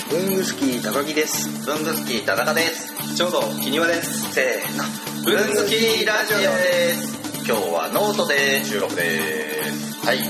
文具スキー高木です。 文具スキー田中です。 ちょうど木庭です。 せーの、文具スキーラジオです。今日はノートで収録です。はい。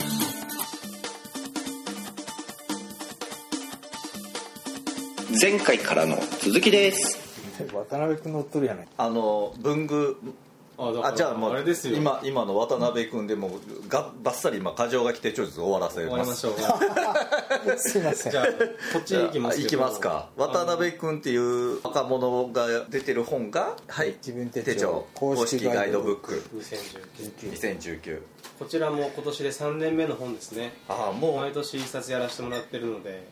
前回からの続きです。 渡辺君乗っとるやない。 文具じゃあもうあれですよ。 今の渡辺君でもバッサリ過剰が来てちょっと終わらせます。 終わりましょう。 すいません。 じゃあこっち行きますけど。 行きますか。渡辺君っていう若者が出てる本が、はい、 自分手帳公式ガイドブック 2019。こちらも今年で3年目の本ですね。もう毎年一冊やらせてもらってるので、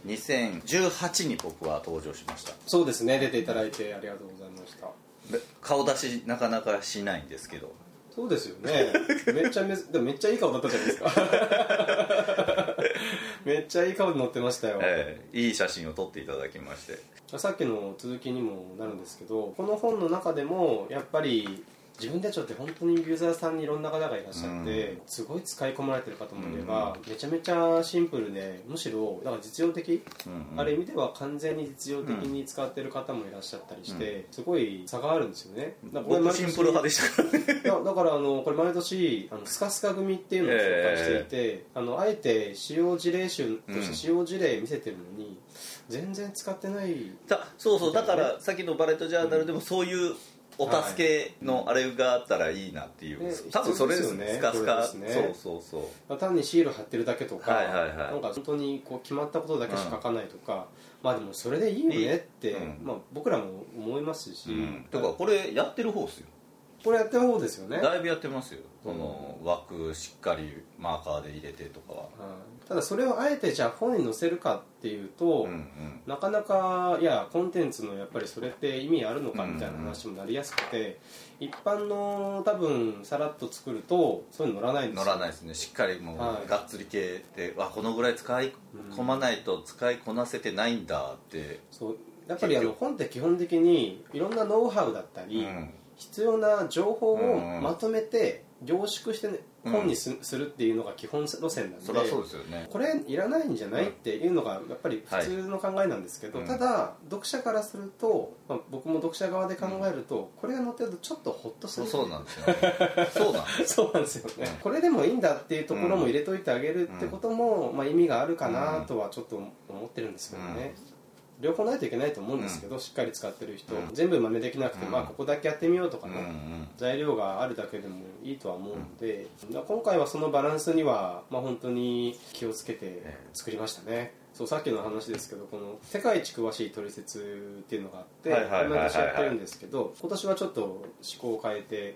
2018に僕は登場しました。 そうですね、出ていただいてありがとうございました。 顔出しなかなかしないんですけど。 そうですよね。めっちゃいい顔だったじゃないですか。めっちゃいい顔で載ってましたよ。 いい写真を撮っていただきまして、 さっきの続きにもなるんですけど、この本の中でもやっぱり自分手帳って本当にユーザーさんにいろんな方がいらっしゃって、すごい使い込まれてる方もいれば、めちゃめちゃシンプルで、むしろだから実用的、ある意味では完全に実用的に使ってる方もいらっしゃったりして、すごい差があるんですよね。 僕シンプル派でしたからね。 だからこれ毎年スカスカ組っていうのを紹介していて、あえて使用事例集として使用事例見せてるのに全然使ってない、 そうだからさっきのバレットジャーナルでもそういうお助けのあれがあったらいいなっていう、多分それですよね。スカスカ、そう単にシール貼ってるだけとか、なんか本当にこう決まったことだけしか書かないとか、まあでもそれでいいよねって、僕らも思いますし、 だからこれやってる方ですよ。 これやってる方ですよね。 だいぶやってますよ。その枠しっかりマーカーで入れてとかは。 ただそれをあえてじゃあ本に載せるかっていうと、なかなかコンテンツのやっぱりそれって意味あるのかみたいな話もなりやすくて、一般の多分さらっと作るとそういうの載らないんですよ。 載らないですね。しっかりもうがっつり系で、このぐらい使い込まないと使いこなせてないんだって。 そうやっぱり本って基本的にいろんなノウハウだったり、必要な情報をまとめて凝縮して、本にするっていうのが基本路線なんで、 そりゃそうですよね。 これいらないんじゃないっていうのがやっぱり普通の考えなんですけど、ただ読者からすると、僕も読者側で考えると、これが載ってるとちょっとホッとする。 そうなんですよね。 そうなんですよね。これでもいいんだっていうところも入れといてあげるってことも、意味があるかなとはちょっと思ってるんですけどね。両方ないといけないと思うんですけど、しっかり使ってる人、全部真似できなくて、ここだけやってみようとかね、材料があるだけでもいいとは思うので、今回はそのバランスには、本当に気をつけて作りましたね。そう、さっきの話ですけど、この世界一詳しい取説っていうのがあって、毎年やってるんですけど、今年はちょっと思考を変えて、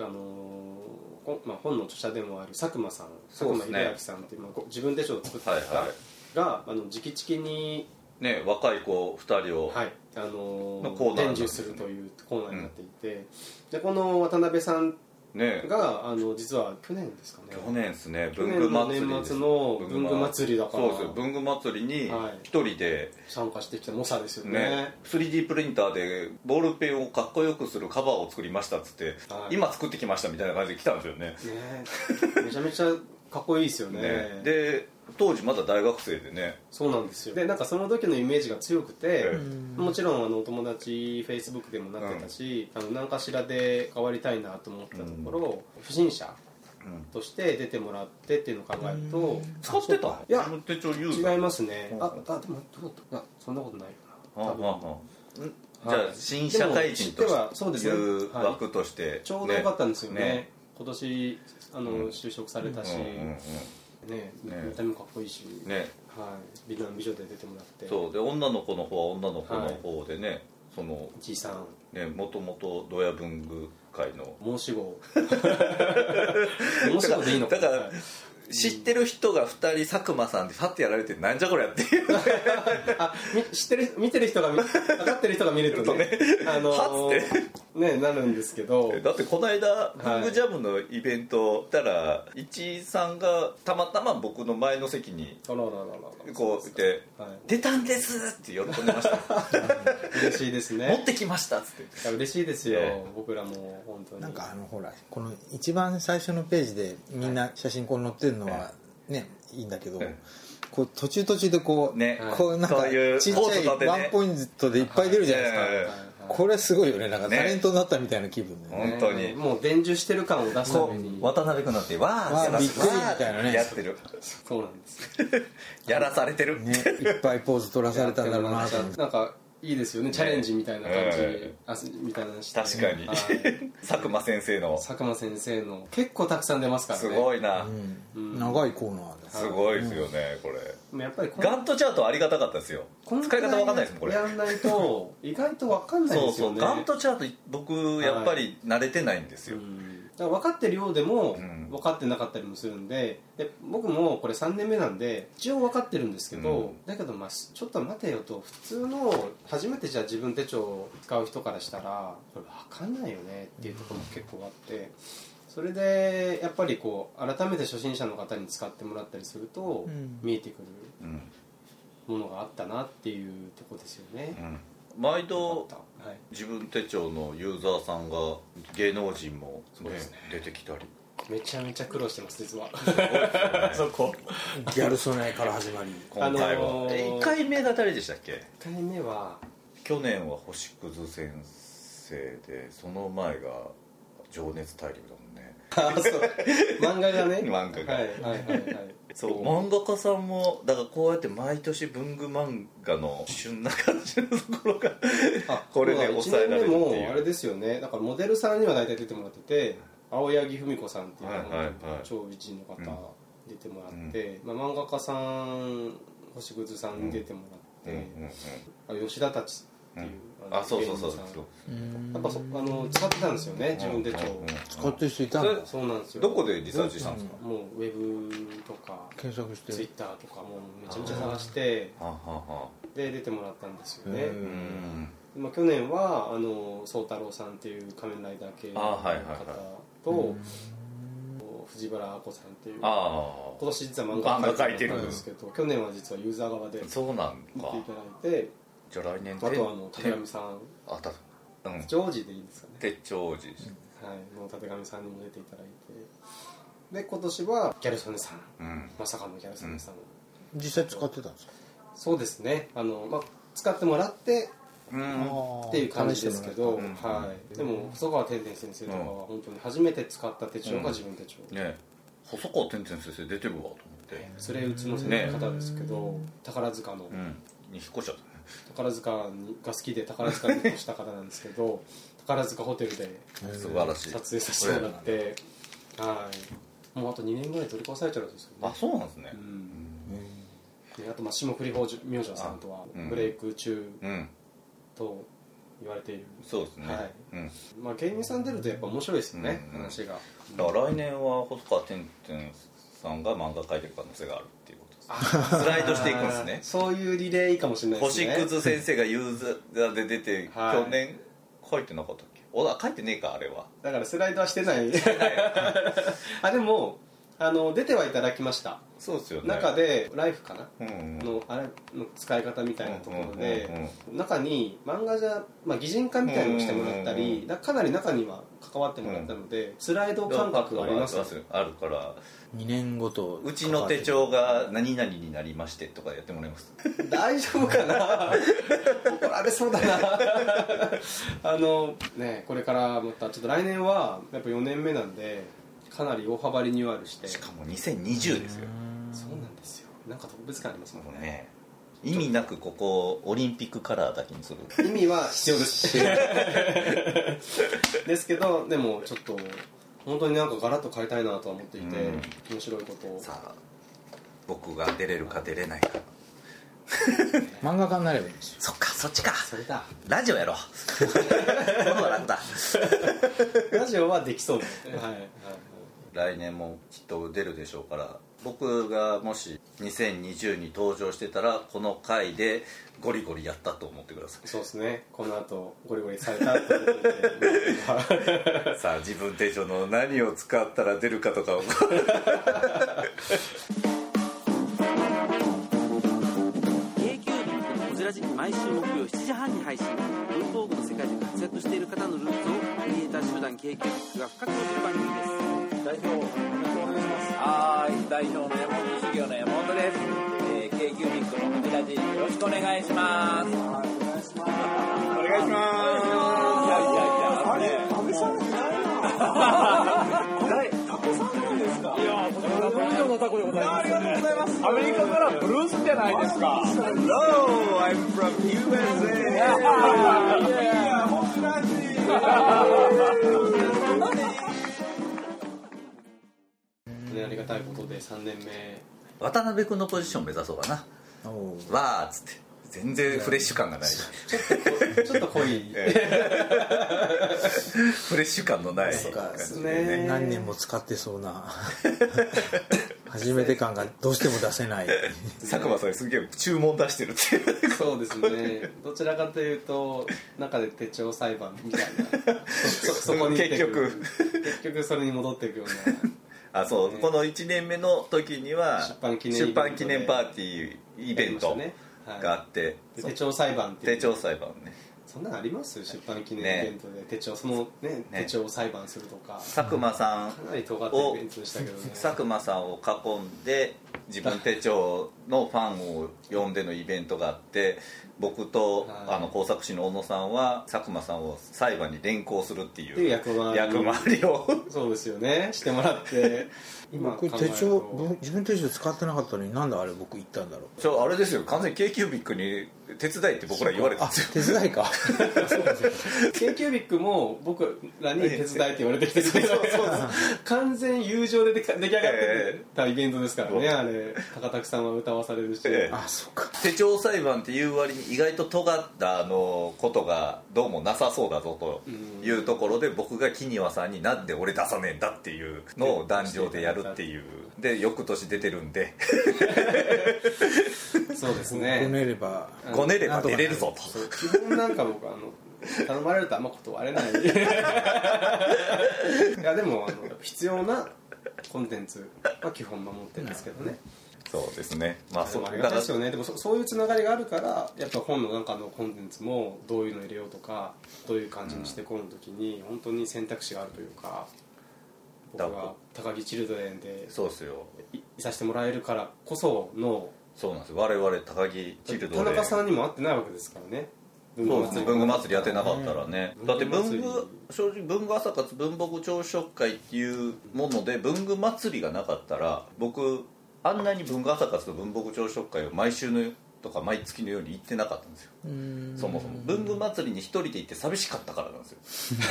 本の著者でもある佐久間秀明さんっていう自分手帳を作った方が直々に若い子2人を伝授するというコーナーになっていて、でこの渡辺さんが実は去年ですかね。 去年ですね。 去年の年末の文具祭りだから。 そうですよ。文具祭りに一人で参加してきた猛者ですよね。 3D プリンターでボールペンをかっこよくするカバーを作りましたっつって、今作ってきましたみたいな感じで来たんですよね。 めちゃめちゃかっこいいですよね。 で当時まだ大学生でね。 そうなんですよ。でなんかその時のイメージが強くて、もちろんお友達 Facebook でもなってたし、何かしらで変わりたいなと思ったところ、不審者として出てもらってっていうのを考えると、 使ってた？ いや違いますね。でもどうだった？そんなことないかな。 じゃあ新社会人という枠としてちょうどよかったんですよね。今年就職されたし。見た目もかっこいいし、美男美女で出てもらって、 そうで女の子の方は女の子の方でね、そのじいさんもともとドヤ文具界の申し子申し子でいいのか。 だから知ってる人が2人佐久間さんでファッてやられてなんじゃこりゃっていう見てる人が分かってる人が見るとねなるんですけど、 だってこの間文具ジャムのイベント行ったら一井さんがたまたま僕の前の席にこういて「出たんです!」って喜んでました嬉しいですね。 持ってきましたっつって。 嬉しいですよ、僕らも本当に。 なんかほらこの一番最初のページでみんな写真こう載ってるのはね、いいんだけど、 こう途中でこう、 ね、 こうなんかちっちゃいワンポイントでいっぱい出るじゃないですか、これすごいよね、なんかタレントになったみたいな気分で、 ね、本当にもう伝授してる感を出すために渡辺君なんてわーびっくりみたいなねやってる。 そうなんですやらされてる、 ね、いっぱいポーズ取らされたんだろうなと思って。 なんかいいですよね、チャレンジみたいな感じ、みたいなのして、 確かに、佐久間先生の結構たくさん出ますからね。すごいな、 長いコーナーですごいですよね、これ。 やっぱりガントチャートありがたかったですよ。使い方分かんないですもん、これやんないと意外と分かんないですよね。 そうガントチャート僕やっぱり慣れてないんですよ、 だから分かってるようでも分かってなかったりもするんで、僕もこれ3年目なんで一応分かってるんですけど、だけどちょっと待てよと、普通の初めてじゃあ自分手帳を使う人からしたらこれ分かんないよねっていうところも結構あって、それでやっぱりこう改めて初心者の方に使ってもらったりすると、見えてくるものがあったなっていうところですよね。 毎度自分手帳のユーザーさんが芸能人も、ね出てきたりめちゃめちゃ苦労してます実はそこギャル曽根から始まり、 今回は1回目が誰でしたっけ。 1回目は去年は星屑先生で、その前が情熱大陸だもんね。 そう漫画がね漫画が、 はいそう漫画家さんもだからこうやって毎年文具漫画の旬な感じのところがこれで抑えられるっていう。 1年目もあれですよね、だからモデルさんには大体出てもらってて、青柳文子さんっていう超美人の方出てもらって、漫画家さん星屑さんに出てもらって、吉田たちっていうそうやっぱ使ってたんですよね、自分手帳使ってる人いたんだ。 そうなんですよ。 どこでリサーチしたんですか。 もうウェブとか検索してツイッターとかもめちゃめちゃ探してで出てもらったんですよね。去年は宗太郎さんっていう仮面ライダー系の方と藤原亜子さんっていう、今年実は漫画描いてるんですけど、去年は実はユーザー側でそうなんか見ていただいて、 じゃあ来年あとはたてがみさん、手帳王子でいいんですかね。 手帳王子のたてがみさんにも出ていただいて、で今年はギャル曽根さん、まさかのギャル曽根さん、 実際使ってたんですか。 そうですね、使ってもらってっていう感じですけど、でも細川てんてん先生とかは本当に初めて使った手帳が自分手帳、 細川てんてん先生出てるわと思って、 それうちの先生の方ですけど、宝塚のに引っ越しちゃったね。 宝塚が好きで宝塚に引っ越した方なんですけど宝塚ホテルで素晴らしい撮影させてもらって、もうあと2年ぐらい取り壊されちゃうんですよね。 そうなんですね。 あと霜降り明星さんとはブレイク中と言われている。 そうですね。 芸人さん出るとやっぱ面白いですよね、話が。 だから来年は細川てんてんさんが漫画描いてる可能性があるっていうことです。スライドしていくんですね。 そういうリレーいいかもしれないですね。 星屑先生がユーザーで出て、去年書いてなかったっけ。書いてねえかあれは。 だからスライドはしてない。でも出てはいただきました。 そうですよね。 中でライフかな、のあれの使い方みたいなところで、中に漫画じゃ擬人化みたいなのをしてもらったり、かなり中には関わってもらったので、スライド感覚があります。 あるから 2年ごとうちの手帳が何々になりましてとかやってもらいます。 大丈夫かな。怒られそうだな。これからまたちょっと来年はやっぱ4年目なんでかなり大幅リニューアルして、 しかも2020ですよ。 そうなんですよ。なんか特別感ありますもんね。 意味なくここオリンピックカラーだけにする。 意味は必要です。ですけど、でもちょっと本当になんかガラッと変えたいなとは思っていて、面白いことを。さあ僕が出れるか出れないか。 漫画家になればいいんですよ。 そっか、そっちか。 それだ。 ラジオやろう。楽だ。 ラジオはできそうですね。 来年もきっと出るでしょうから、僕がもし2020に登場してたらこの回でゴリゴリやったと思ってください。 そうですね。この後ゴリゴリされたってことでさあ自分手帳の何を使ったら出るかとかを毎週木曜7時半に配信。文房具の世界で活躍している方のルーツをクリエイター集団 k q が深く知る番組です。 代表お願いします。はい、代表の山本修行の山本です。 ラジよろしくお願いします。お願いします。お願いします。あれ安倍さんいないな。タコさんなんですか。いや、僕以上のタコでございます。ありがとうございます。アメリカからブルースじゃないですか。Hello, I'm from USA. ありがたいことで3年目渡辺君のポジション目指そうかな。わーっつって全然フレッシュ感がない。 ちょっと濃いフレッシュ感のない感じでね。 何年も使ってそうな初めて感がどうしても出せない。 佐久間さんすげえ注文出してるっていう。 そうですね。どちらかというと中で手帳裁判みたいなそこに結局それに戻っていくような。 あ、そう、この1年目の時には出版記念パーティーイベントがあって、 手帳裁判っていう手帳裁判ね。 そんなのあります？出版記念イベントで手帳、そのね手帳を裁判するとか。 佐久間さんかなり尖ったイベントでしたけどね。 佐久間さんを囲んで自分手帳のファンを呼んでのイベントがあって、僕と工作士の小野さんは佐久間さんを裁判に連行するっていう役回りをそうですよね、してもらって。 僕手帳自分手帳使ってなかったのになんであれ僕行ったんだろう。 あれですよ、完全に k キュービックに手伝いって僕ら言われたんですよ。 手伝いか。 k キュービックも僕らに手伝いって言われてきてるけど、完全友情で出来上がってたイベントですからね。あれ高田さんは歌わされるし、 あ、そうか。 手帳裁判っていう割に意外と尖ったことがどうもなさそうだぞというところで、僕が木庭さんになんで俺出さねえんだっていうのを壇上でやるっていう。で翌年出てるんでそうですね、 ごねれば出れるぞと。 基本なんか僕頼まれるとあんま断れない。いやでも必要なコンテンツは基本守ってるんですけどね。 そうですね。まあそうありがたいですよね。でもそういうつながりがあるからやっぱ本の中のコンテンツもどういうの入れようとかどういう感じにしてこの時に本当に選択肢があるというか。僕は高木チルドレンでそうですよいさせてもらえるからこその。 そうなんですよ。我々高木チルドレン田中さんにも会ってないわけですからね。 文具祭りやってなかったらね。だって正直文具朝活文房具朝食会っていうもので文具祭りがなかったら、僕あんなに文具朝活と文房具朝食会を毎週のとか毎月のように行ってなかったんですよ。そもそも文具祭りに一人で行って寂しかったからなんですよ。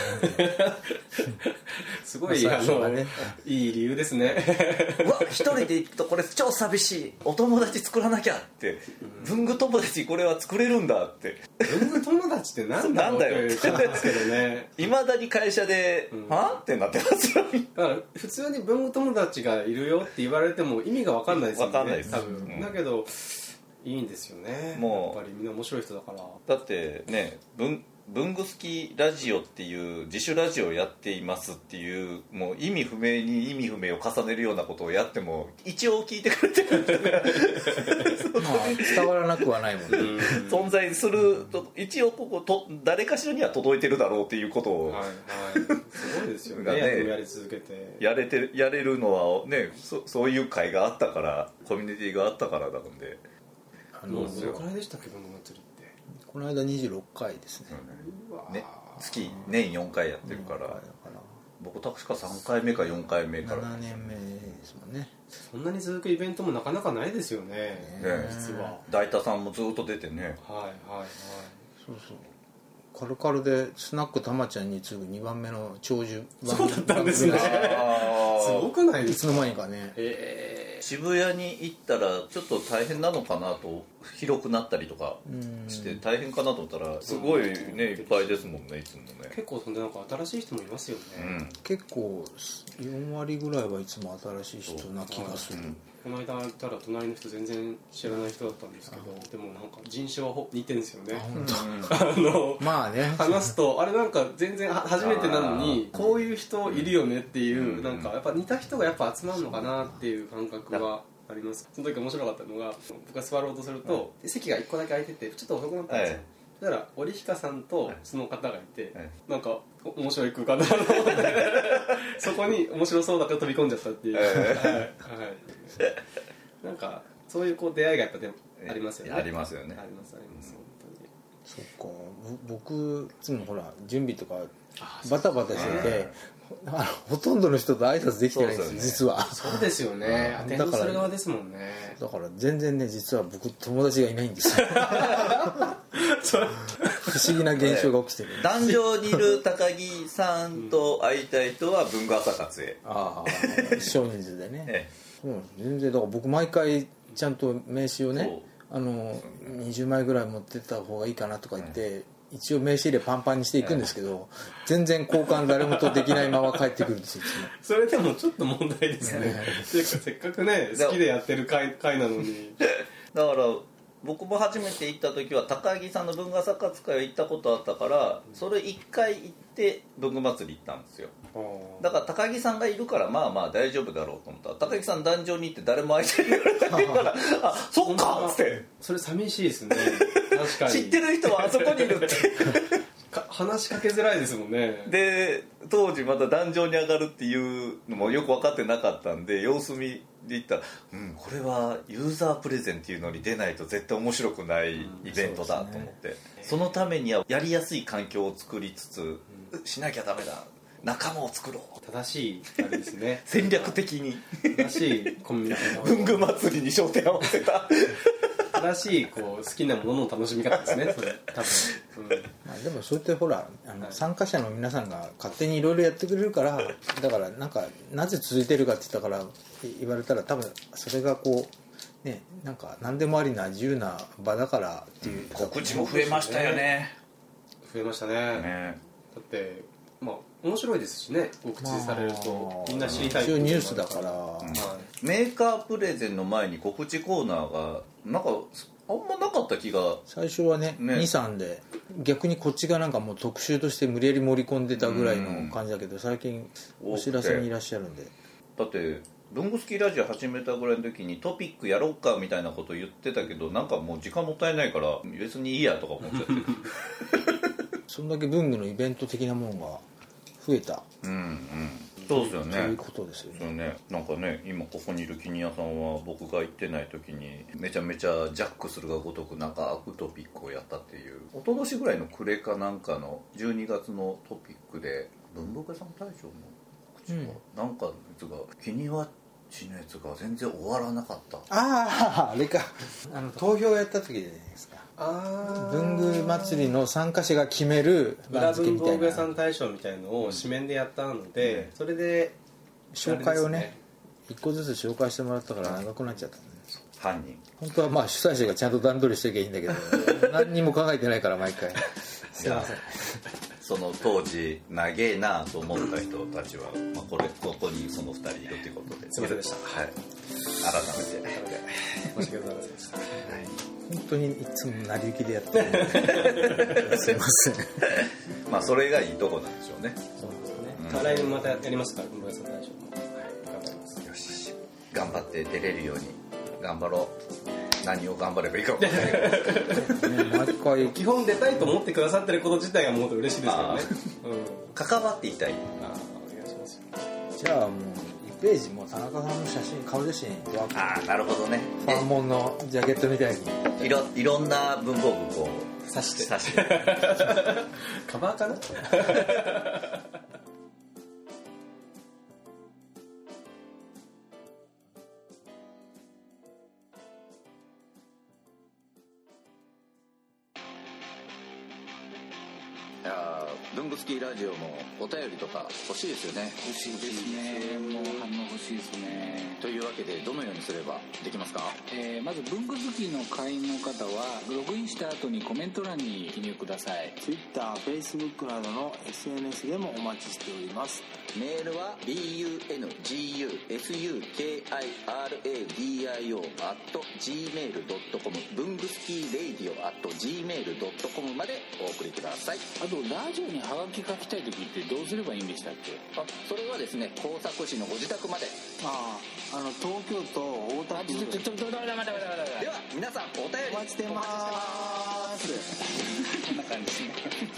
すごいいい理由ですね。 うわ一人で行くとこれ超寂しい、お友達作らなきゃって、文具友達これは作れるんだって。 文具友達ってなんだろうっていう感じですけどね。 いまだに会社ではってなってますよ。 だから普通に文具友達がいるよって言われても意味が分かんないですよね。 分かんないです。 多分だけどいいんですよね。もうやっぱりみんな面白い人だから。 だってね、文具好きラジオっていう自主ラジオをやっていますっていう、もう意味不明に意味不明を重ねるようなことをやっても一応聞いてくれてるんで、ね、 伝わらなくはないもんね。 存在すると一応誰かしらには届いてるだろうっていうことを、 はいはい、すごいですよね。やり続けてやれるのはね、そういう会があったから、コミュニティがあったからなんで。 どのくらいでしたっけ、文具祭りって。 この間26回ですね。 月年4回やってるから、僕確か3回目か4回目から 7年目ですもんね。 そんなに続くイベントもなかなかないですよね。実は大田さんもずっと出てね。 はいはいはい。 そうそう。カルカルでスナックたまちゃんに次ぐ2番目の長寿番組。そうだったんですね。すごくないですか。 いつの間にかね。 渋谷に行ったらちょっと大変なのかなと、広くなったりとかして大変かなと思ったらすごいね、いっぱいですもんね、いつもね。 結構そんでなんか新しい人もいますよね。 結構4割ぐらいはいつも新しい人な気がする。 この間行ったら隣の人全然知らない人だったんですけど、でもなんか人種は似てるんですよね。 まあね、 話すとあれなんか全然初めてなのにこういう人いるよねっていう、なんかやっぱ似た人がやっぱ集まるのかなっていう感覚はあります。その時面白かったのが、僕が座ろうとすると席が1個だけ空いててちょっと遅くなったんですよ。だから織彦さんとその方がいて、なんか面白い空間だなと思ってそこに面白そうだから飛び込んじゃったっていう、なんかそういうこう出会いがやっぱでありますよね。 ありますよね。 あります本当に。 そっか、僕いつもほら準備とかバタバタしてて、ほとんどの人と挨拶できてないんですよ、実は。 そうですよね。アテンドする側ですもんね。 だから全然ね、実は僕友達がいないんですよ。不思議な現象が起きてる。 壇上にいる高木さんと会いたい人は文具朝活へ。 ああ、少人数でね。全然だから僕毎回ちゃんと名刺をね、20枚ぐらい持ってった方がいいかなとか言って、一応名刺入れパンパンにしていくんですけど、全然交換誰もとできないまま帰ってくるんですよ。 それでもちょっと問題ですね。っていうかせっかくね好きでやってる会なのに。 だから僕も初めて行った時は高木さんの文具朝活会行ったことあったから、それ1回行って文具祭り行ったんですよ。だから高木さんがいるからまあまあ大丈夫だろうと思ったら、高木さん壇上に行って誰も相手に言われたからあ、そっかっつって。 それ寂しいですね。確かに知ってる人はあそこにいるって話しかけづらいですもんね。 で当時まだ壇上に上がるっていうのもよく分かってなかったんで、様子見で行ったら、これはユーザープレゼンっていうのに出ないと絶対面白くないイベントだと思って、そのためにはやりやすい環境を作りつつ、しなきゃダメだ、仲間を作ろう、 正しいあれですね。 戦略的に正しいコミュニケーション、 文具祭りに焦点を合わせた正しいこう好きなものの楽しみ方ですね、それ多分。 でもそうやってほら参加者の皆さんが勝手にいろいろやってくれるから、だからなんかなぜ続いてるかって言ったから言われたら、多分それがこうね、なんか何でもありな自由な場だからっていう。 告知も増えましたよね。 増えましたね。だってまあ面白いですしね、告知されるとみんな知りたい。 一応ニュースだから、 メーカープレゼンの前に告知コーナーがなんかあんまなかった気が。 最初はね 2,3 で逆にこっちがなんかもう特集として無理やり盛り込んでたぐらいの感じだけど、最近お知らせにいらっしゃるんで。 だって文具好きラジオ始めたぐらいの時にトピックやろうかみたいなこと言ってたけど、なんかもう時間もったいないから別にいいやとか思っちゃってそんだけ文具のイベント的なものが増えた、 そうですよね。 そういうことですよね。 なんかね、今ここにいるキニヤさんは僕が行ってない時にめちゃめちゃジャックするがごとく長くトピックをやったっていう、一昨年ぐらいの暮れかなんかの12月のトピックで文房具屋さん大賞の口が、なんかのやつがキニワッチのやつが全然終わらなかった。 あれか、投票やった時じゃないですか。文具祭りの参加者が決める裏文房具屋さん大賞みたいのを紙面でやったので、それで紹介をね一個ずつ紹介してもらったから長くなっちゃったね。 犯人本当はまあ主催者がちゃんと段取りしてきゃいいんだけど何にも考えてないから毎回すいません。 その当時長えなと思った人たちは、ここにその2人いるということで、 すいませんでした。 はい、改めて申し訳ございませんでした。 本当にいつも成り行きでやってるすいません。 まあそれがいいとこなんでしょうね。 そうですね。来年またやりますから、文具屋さん大賞も、頑張ります。 よし、頑張って出れるように頑張ろう。何を頑張ればいいか分からないけど毎回基本出たいと思ってくださってること自体がもっと嬉しいですけどね。 関わっていたい。 お願いします。 じゃあもう1ページも田中さんの写真、顔写真なるほどね。 ファンモンのジャケットみたいにいろんな文房具を刺してカバーかな。 文具好きラジオもお便りとか欲しいですよね。 欲しいですね。もう反応欲しいですね。 というわけでどのようにすればできますか？ まず文具好きの会員の方はログインした後にコメント欄に記入ください。 Twitter、Facebook などの SNS でもお待ちしております。 メールは bungusukiradio@gmail.com 文具好き radio@gmail.com までお送りください。 あとラジオにハガキ書きたい時ってどうすればいいんでしたっけ？ それはですね、工作士のご自宅まで。 東京都大田区。 では皆さんお便りお待ちしてます。 こんな感じですね。